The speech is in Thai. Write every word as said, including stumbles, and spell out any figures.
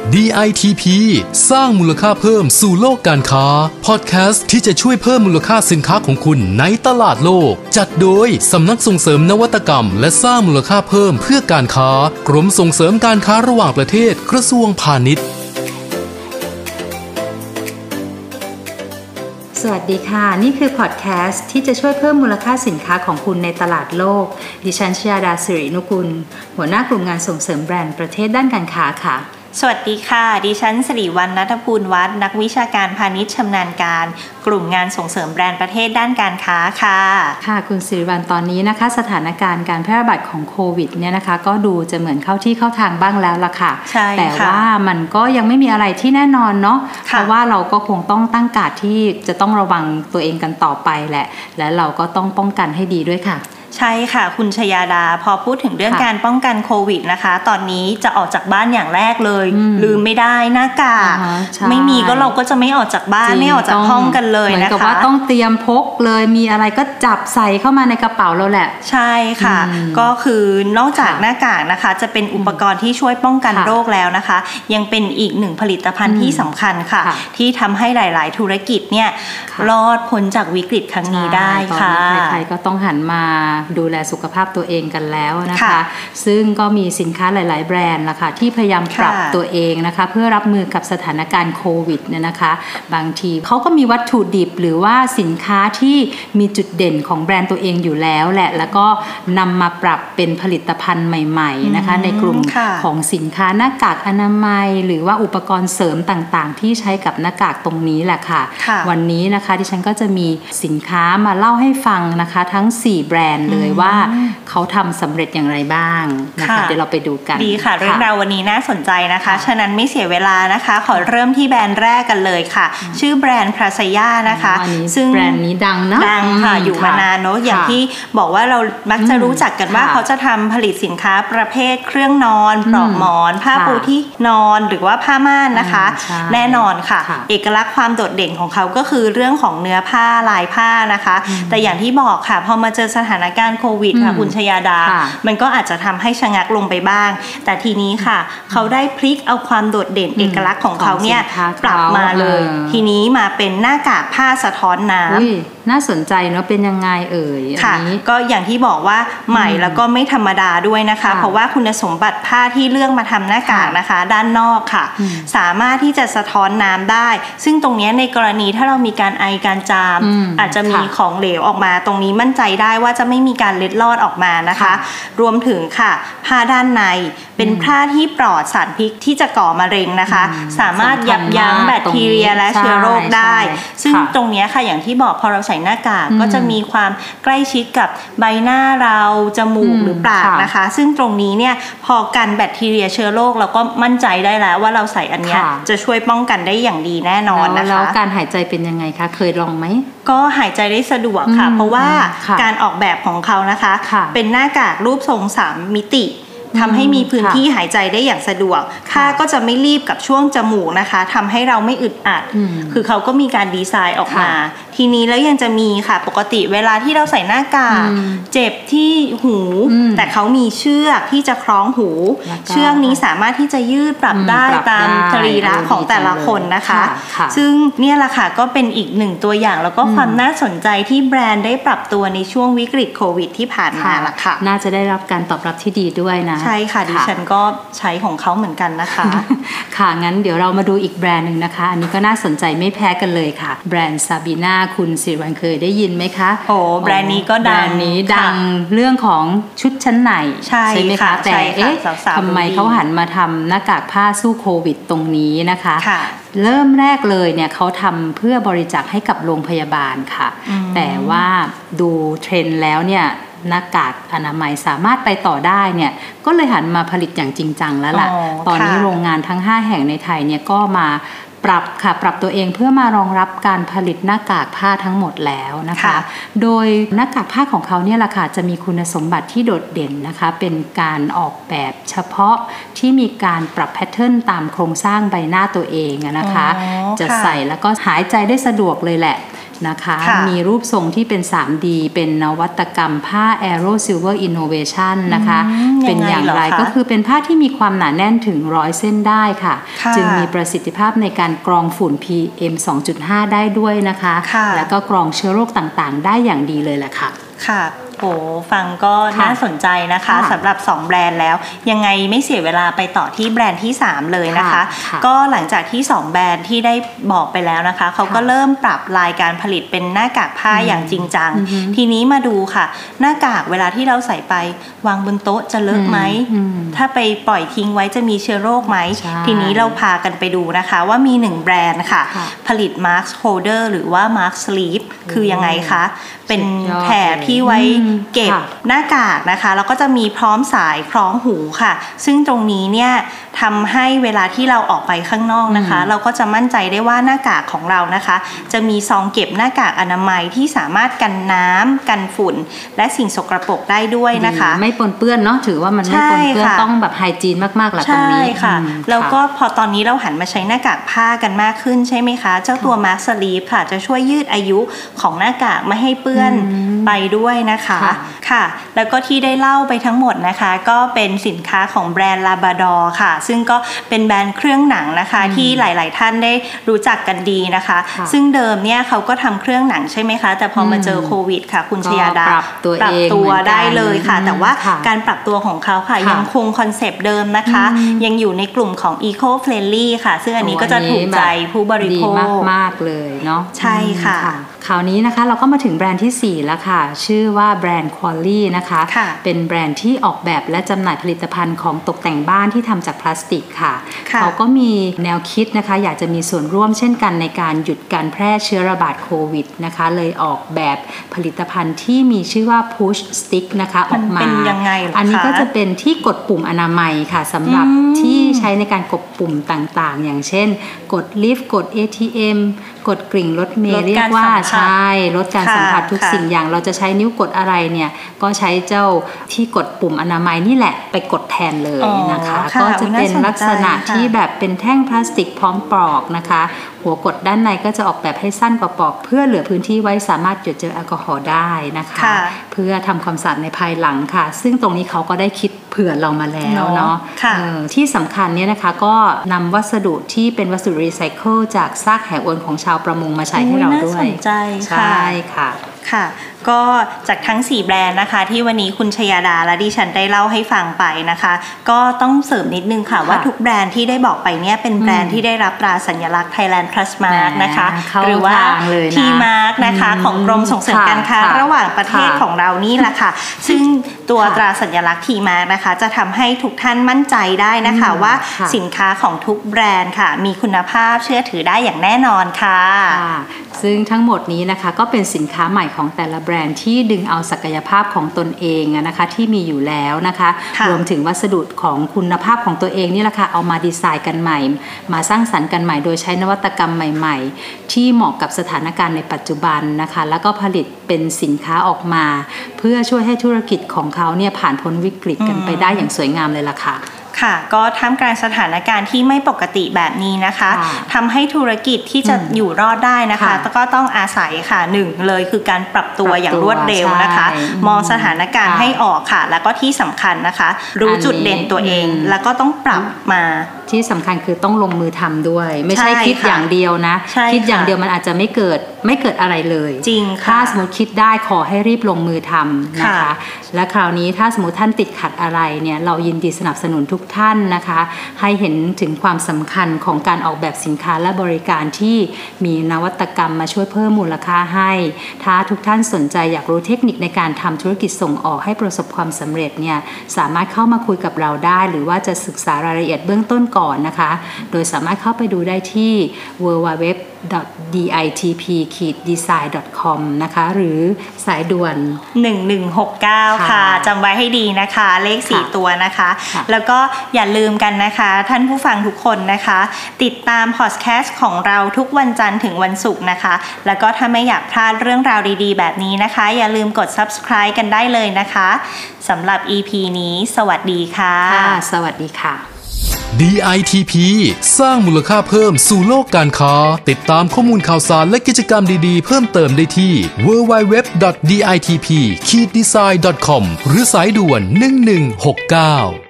ดี ไอ ที พี สร้างมูลค่าเพิ่มสู่โลกการค้าพอดแคสต์ที่จะช่วยเพิ่มมูลค่าสินค้าของคุณในตลาดโลกจัดโดยสำนักส่งเสริมนวัตกรรมและสร้างมูลค่าเพิ่มเพื่อการค้ากรมส่งเสริมการค้าระหว่างประเทศกระทรวงพาณิชย์สวัสดีค่ะนี่คือพอดแคสต์ที่จะช่วยเพิ่มมูลค่าสินค้าของคุณในตลาดโลกดิฉันชยาดาสิรินุกุลหัวหน้ากลุ่มงานส่งเสริมแบรนด์ประเทศด้านการค้าค่ะสวัสดีค่ะดิฉันสิริวรรณ ณัฐภูลวัฒน์นักวิชาการพาณิชย์ชำนาญการกลุ่มงานส่งเสริมแบรนด์ประเทศด้านการค้าค่ะค่ะคุณสิริวรรณตอนนี้นะคะสถานการณ์การแพร่ระบาดของโควิดเนี่ยนะคะก็ดูจะเหมือนเข้าที่เข้าทางบ้างแล้วล่ะค่ะใช่แต่ว่ามันก็ยังไม่มีอะไรที่แน่นอนเนาะเพราะว่าเราก็คงต้องตั้งการ์ดที่จะต้องระวังตัวเองกันต่อไปแหละและเราก็ต้องป้องกันให้ดีด้วยค่ะใช่ค่ะคุณชยาดาพอพูดถึงเรื่องการป้องกันโควิดนะคะตอนนี้จะออกจากบ้านอย่างแรกเลยลืมไม่ได้หน้ากากไม่มีก็เราก็จะไม่ออกจากบ้านไม่ออกจากห้องกันเลยนะคะเหมือนกับว่าต้องเตรียมพกเลยมีอะไรก็จับใส่เข้ามาในกระเป๋าเราแหละใช่ค่ะก็คือนอกจากหน้ากากนะคะจะเป็นอุปกรณ์ที่ช่วยป้องกันโรคแล้วนะคะยังเป็นอีกหนึ่งผลิตภัณฑ์ที่สำคัญค่ะที่ทำให้หลายๆธุรกิจเนี่ยรอดพ้นจากวิกฤตครั้งนี้ได้ค่ะใครๆก็ต้องหันมาดูแลสุขภาพตัวเองกันแล้วนะคะซึ่งก็มีสินค้าหลายๆแบรนด์ล่ะค่ะที่พยายามปรับตัวเองนะคะเพื่อรับมือกับสถานการณ์โควิดเนี่ยนะคะบางทีเขาก็มีวัตถุดิบหรือว่าสินค้าที่มีจุดเด่นของแบรนด์ตัวเองอยู่แล้วแหละแล้วก็นำมาปรับเป็นผลิตภัณฑ์ใหม่ๆนะคะในกลุ่มของสินค้าหน้ากากอนามัยหรือว่าอุปกรณ์เสริมต่างๆที่ใช้กับหน้ากากตรงนี้แหละค่ะวันนี้นะคะดิฉันก็จะมีสินค้ามาเล่าให้ฟังนะคะทั้งสี่แบรนด์เลยว่าเขาทำสำเร็จอย่างไรบ้างนะคะเดี๋ยวเราไปดูกันดีค่ะเรื่องราววันนี้น่าสนใจนะคะฉะนั้นไม่เสียเวลานะคะขอเริ่มที่แบรนด์แรกกันเลยค่ะชื่อแบรนด์พราซย่านะคะซึ่งแบรนด์นี้ดังนะดังค่ะอยู่มานานเนอะอย่างที่บอกว่าเรามักจะรู้จักกันว่าเขาจะทำผลิตสินค้าประเภทเครื่องนอนปลอกหมอนผ้าปูที่นอนหรือว่าผ้าม่านนะคะแน่นอนค่ะเอกลักษณ์ความโดดเด่นของเขาก็คือเรื่องของเนื้อผ้าลายผ้านะคะแต่อย่างที่บอกค่ะพอมาเจอสถานการณ์โควิดค่ะคุณชยาดามันก็อาจจะทำให้ชะงักลงไปบ้างแต่ทีนี้ค่ะเขาได้พลิกเอาความโดดเด่นเอกลักษณ์ของเขาเนี่ยปรับมาเลยทีนี้มาเป็นหน้ากากผ้าสะท้อนน้ำน่าสนใจเนาะเป็นยังไงเอ่ยค่ะก็อย่างที่บอกว่าใหม่แล้วก็ไม่ธรรมดาด้วยนะคะเพราะว่าคุณสมบัติผ้าที่เลือกมาทำหน้ากากนะคะด้านนอกค่ะสามารถที่จะสะท้อนน้ำได้ซึ่งตรงนี้ในกรณีถ้าเรามีการไอการจามอาจจะมีของเหลวออกมาตรงนี้มั่นใจได้ว่าจะไม่มีการเล็ดลอดออกมานะคะรวมถึงค่ะผ้าด้านในเป็นผ้าที่ปลอดสารพิษที่จะก่อมะเร็งนะคะสามารถยับยั้งแบคทีเรียและเชื้อโรคได้ซึ่งตรงนี้ค่ะอย่างที่บอกพอเราใส่หน้ากากก็จะมีความใกล้ชิดกับใบหน้าเราจมูกหรือปากนะคะซึ่งตรงนี้เนี่ยพอกันแบคทีเรียเชื้อโรคเราก็มั่นใจได้แล้วว่าเราใส่อันนี้จะช่วยป้องกันได้อย่างดีแน่นอนนะคะแล้วการหายใจเป็นยังไงคะเคยลองไหมก็หายใจได้สะดวกค่ะเพราะว่าการออกแบบของเขานะคะเป็นหน้ากากรูปทรงสามมิติทำให้มีพื้นที่หายใจได้อย่างสะดวกผ้าก็จะไม่รีบกับช่วงจมูกนะคะทำให้เราไม่อึดอัดคือเขาก็มีการดีไซน์ออกมาทีนี้แล้วยังจะมีค่ะปกติเวลาที่เราใส่หน้ากากเจ็บที่หูแต่เขามีเชือกที่จะคล้องหูเชือกนี้สามารถที่จะยืดปรับได้ตามสรีระของแต่ละคนนะคะซึ่งเนี่ยแหละค่ะก็เป็นอีกหนึ่งตัวอย่างแล้วก็ความน่าสนใจที่แบรนด์ได้ปรับตัวในช่วงวิกฤตโควิดที่ผ่านมาละค่ะน่าจะได้รับการตอบรับที่ดีด้วยนะใช่ค่ะดิฉันก็ใช้ของเขาเหมือนกันนะคะค่ะงั้นเดี๋ยวเรามาดูอีกแบรนด์หนึ่งนะคะอันนี้ก็น่าสนใจไม่แพ้กันเลยค่ะแบรนด์ซาบีนาคุณสิริวัลย์เคยได้ยินไหมคะโอ้แบรนด์นี้ก็ดังแบรนด์นี้ดังเรื่องของชุดชั้นในใช่ไหมคะแต่เอ๊ะทำไมเขาหันมาทำหน้ากากผ้าสู้โควิดตรงนี้นะคะเริ่มแรกเลยเนี่ยเขาทำเพื่อบริจาคให้กับโรงพยาบาลค่ะแต่ว่าดูเทรนด์แล้วเนี่ยหน้ากากอนามัยสามารถไปต่อได้เนี่ยก็เลยหันมาผลิตอย่างจริงจังแล้วล่ะตอนนี้โรงงานทั้งห้าแห่งในไทยเนี่ยก็มาปรับค่ะปรับตัวเองเพื่อมารองรับการผลิตหน้ากากผ้าทั้งหมดแล้วนะคะโดยหน้ากากผ้าของเขาเนี่ยล่ะค่ะจะมีคุณสมบัติที่โดดเด่นนะคะเป็นการออกแบบเฉพาะที่มีการปรับแพทเทิร์นตามโครงสร้างใบหน้าตัวเองนะคะจะใส่แล้วก็หายใจได้สะดวกเลยแหละนะคะมีรูปทรงที่เป็น ทรี ดี เป็นนวัตกรรมผ้า Aero Silver Innovation นะคะเป็นอย่างไรก็คือเป็นผ้าที่มีความหนาแน่นถึงร้อยเส้นได้ค่ะจึงมีประสิทธิภาพในการกรองฝุ่น พี เอ็ม สองจุดห้า ได้ด้วยนะคะแล้วก็กรองเชื้อโรคต่างๆได้อย่างดีเลยแหละค่ะค่ะโอ้ฟังก็น่าสนใจนะคะสำหรับสองแบรนด์แล้วยังไงไม่เสียเวลาไปต่อที่แบรนด์ที่สามเลยนะคะก็หลังจากที่สองแบรนด์ที่ได้บอกไปแล้วนะคะเขาก็เริ่มปรับรายการผลิตเป็นหน้ากากผ้าอย่างจริงจังทีนี้มาดูค่ะหน้ากากเวลาที่เราใส่ไปวางบนโต๊ะจะเลอะไหมถ้าไปปล่อยทิ้งไว้จะมีเชื้อโรคไหมทีนี้เราพากันไปดูนะคะว่ามีหนึ่งแบรนด์ค่ะผลิต Mask Holder หรือว่า Mask Sleeve คือยังไงคะเป็นแถบที่ไว้เก็บหน้ากากนะคะแล้วก็จะมีพร้อมสายคล้องหูค่ะซึ่งตรงนี้เนี่ยทำให้เวลาที่เราออกไปข้างนอกนะคะเราก็จะมั่นใจได้ว่าหน้ากากของเรานะคะจะมีซองเก็บหน้ากากอนามัยที่สามารถกันน้ำกันฝุ่นและสิ่งสกปรกได้ด้วยนะคะไม่ปนเปื้อนเนาะถือว่ามันไม่ปนเปื้อนต้องแบบไฮจีนมากๆแหละตรงนี้ใช่ค่ะแล้วก็พอตอนนี้เราหันมาใช้หน้ากากผ้ากันมากขึ้นใช่ไหมคะเจ้าตัว Mask Sleeve ค่ะจะช่วยยืดอายุของหน้ากากไม่ให้เปื้อนไปด้วยนะคะค่ะแล้วก็ที่ได้เล่าไปทั้งหมดนะคะก็เป็นสินค้าของแบรนด์ Labrador ค่ะซึ่งก็เป็นแบรนด์เครื่องหนังนะคะที่หลายๆท่านได้รู้จักกันดีนะคะซึ่งเดิมเนี่ยเขาก็ทำเครื่องหนังใช่ไหมคะแต่พอมาเจอโควิดค่ะคุณชยาดาปรับตัวปรับตัวได้เลยค่ะแต่ว่าการปรับตัวของเขาค่ะยังคงคอนเซปต์เดิมนะคะยังอยู่ในกลุ่มของ Eco Friendly ค่ะซึ่งอันนี้ก็จะถูกใจผู้บริโภคมากๆเลยเนาะใช่ค่ะคราวนี้นะคะเราก็มาถึงแบรนด์ที่สี่แล้วค่ะชื่อว่าแบรนด์ Qually นะคะเป็นแบรนด์ที่ออกแบบและจำหน่ายผลิตภัณฑ์ของตกแต่งบ้านที่ทำจากพลาสติกค่ะเขาก็มีแนวคิดนะคะอยากจะมีส่วนร่วมเช่นกันในการหยุดการแพร่เชื้อระบาดโควิดนะคะเลยออกแบบผลิตภัณฑ์ที่มีชื่อว่า Push Stick นะคะออกมาเป็นยังไงล่ะคะอันนี้ก็จะเป็นที่กดปุ่มอนามัยค่ะสำหรับที่ใช้ในการกดปุ่มต่างๆอย่างเช่นกดลิฟต์กด เอ ที เอ็ม กดกริ่งรถเมล์เรียกว่าใช่ลดการสัมผัสทุกสิ่งอย่างเราจะใช้นิ้วกดอะไรเนี่ยก็ใช้เจ้าที่กดปุ่มอนามัยนี่แหละไปกดแทนเลยนะคะก็จะเป็นลักษณะที่แบบเป็นแท่งพลาสติกพร้อมปลอกนะคะหัวกดด้านในก็จะออกแบบให้สั้นกว่าปลอกเพื่อเหลือพื้นที่ไว้สามารถหยดเจลแอลกอฮอล์ได้นะคะเพื่อทำความสะอาดในภายหลังค่ะซึ่งตรงนี้เขาก็ได้คิดเผื่อเรามาแล้วเนาะที่สำคัญเนี่ยนะคะก็นำวัสดุที่เป็นวัสดุรีไซเคิลจากซากแหอวนของชาวประมงมาใช้ให้เราด้วยน่าสนใจใช่ค่ะค่ะก็จากทั้งสี่แบรนด์นะคะที่วันนี้คุณชยาดาและดิฉันได้เล่าให้ฟังไปนะคะก็ต้องเสริมนิดนึงค่ะว่าทุกแบรนด์ที่ได้บอกไปเนี่ยเป็นแบรนด์ที่ได้รับตราสัญลักษณ์ Thailand Trust Mark นะคะหรือว่า ที มาร์ค นะคะของกรมส่งเสริมการค้าระหว่างประเทศของเรานี่แหละค่ะซึ่งตัวตราสัญลักษณ์ ที มาร์ค นะคะจะทำให้ทุกท่านมั่นใจได้นะคะว่าสินค้าของทุกแบรนด์ค่ะมีคุณภาพเชื่อถือได้อย่างแน่นอนค่ะซึ่งทั้งหมดนี้นะคะก็เป็นสินค้าใหม่ของแต่ละแบรนด์ที่ดึงเอาศักยภาพของตนเองนะคะที่มีอยู่แล้วนะคะรวมถึงวัสดุของคุณภาพของตัวเองนี่แหละค่ะเอามาดีไซน์กันใหม่มาสร้างสรรค์กันใหม่โดยใช้นวัตกรรมใหม่ๆที่เหมาะกับสถานการณ์ในปัจจุบันนะคะแล้วก็ผลิตเป็นสินค้าออกมาเพื่อช่วยให้ธุรกิจของเขาเนี่ยผ่านพ้นวิกฤตกันไปได้อย่างสวยงามเลยล่ะค่ะค่ะก็ท่ามกลางสถานการณ์ที่ไม่ปกติแบบนี้นะคะทำให้ธุรกิจที่จะอยู่รอดได้นะคะก็ต้องอาศัยค่ะหนึ่งเลยคือการปรับตัวอย่างรวดเร็วนะคะมองสถานการณ์ให้ออกค่ะแล้วก็ที่สำคัญนะคะรู้จุดเด่นตัวเองแล้วก็ต้องปรับมาที่สำคัญคือต้องลงมือทำด้วยไม่ใช่คิดอย่างเดียวนะคิดอย่างเดียวมันอาจจะไม่เกิดไม่เกิดอะไรเลยจริงถ้าสมมติคิดได้ขอให้รีบลงมือทำนะคะและคราวนี้ถ้าสมมติท่านติดขัดอะไรเนี่ยเรายินดีสนับสนุนทุกท่านนะคะให้เห็นถึงความสำคัญของการออกแบบสินค้าและบริการที่มีนวัตกรรมมาช่วยเพิ่มมูลค่าให้ถ้าทุกท่านสนใจอยากรู้เทคนิคในการทำธุรกิจส่งออกให้ประสบความสำเร็จเนี่ยสามารถเข้ามาคุยกับเราได้หรือว่าจะศึกษารายละเอียดเบื้องต้นก่อนนะคะโดยสามารถเข้าไปดูได้ที่ ดับเบิลยู ดับเบิลยู ดับเบิลยู ดอท ดี ไอ ที พี ดีไซน์ ดอท คอม นะคะหรือสายด่วนหนึ่งหนึ่งหกเก้าค่ะจำไว้ให้ดีนะคะเลขสี่ตัวนะคะแล้วก็อย่าลืมกันนะคะท่านผู้ฟังทุกคนนะคะติดตามพอดแคสต์ของเราทุกวันจันทร์ถึงวันศุกร์นะคะแล้วก็ถ้าไม่อยากพลาดเรื่องราวดีๆแบบนี้นะคะอย่าลืมกด ซับสไครบ์ กันได้เลยนะคะสำหรับ อี พี นี้สวัสดีค่ะสวัสดีค่ะดี ไอ ที พี สร้างมูลค่าเพิ่มสู่โลกการค้าติดตามข้อมูลข่าวสารและกิจกรรมดีๆเพิ่มเติมได้ที่ ดับเบิลยู ดับเบิลยู ดับเบิลยู ดอท ดี ไอ ที พี ดีไซน์ ดอท คอม หรือสายด่วนหนึ่งหนึ่งหกเก้า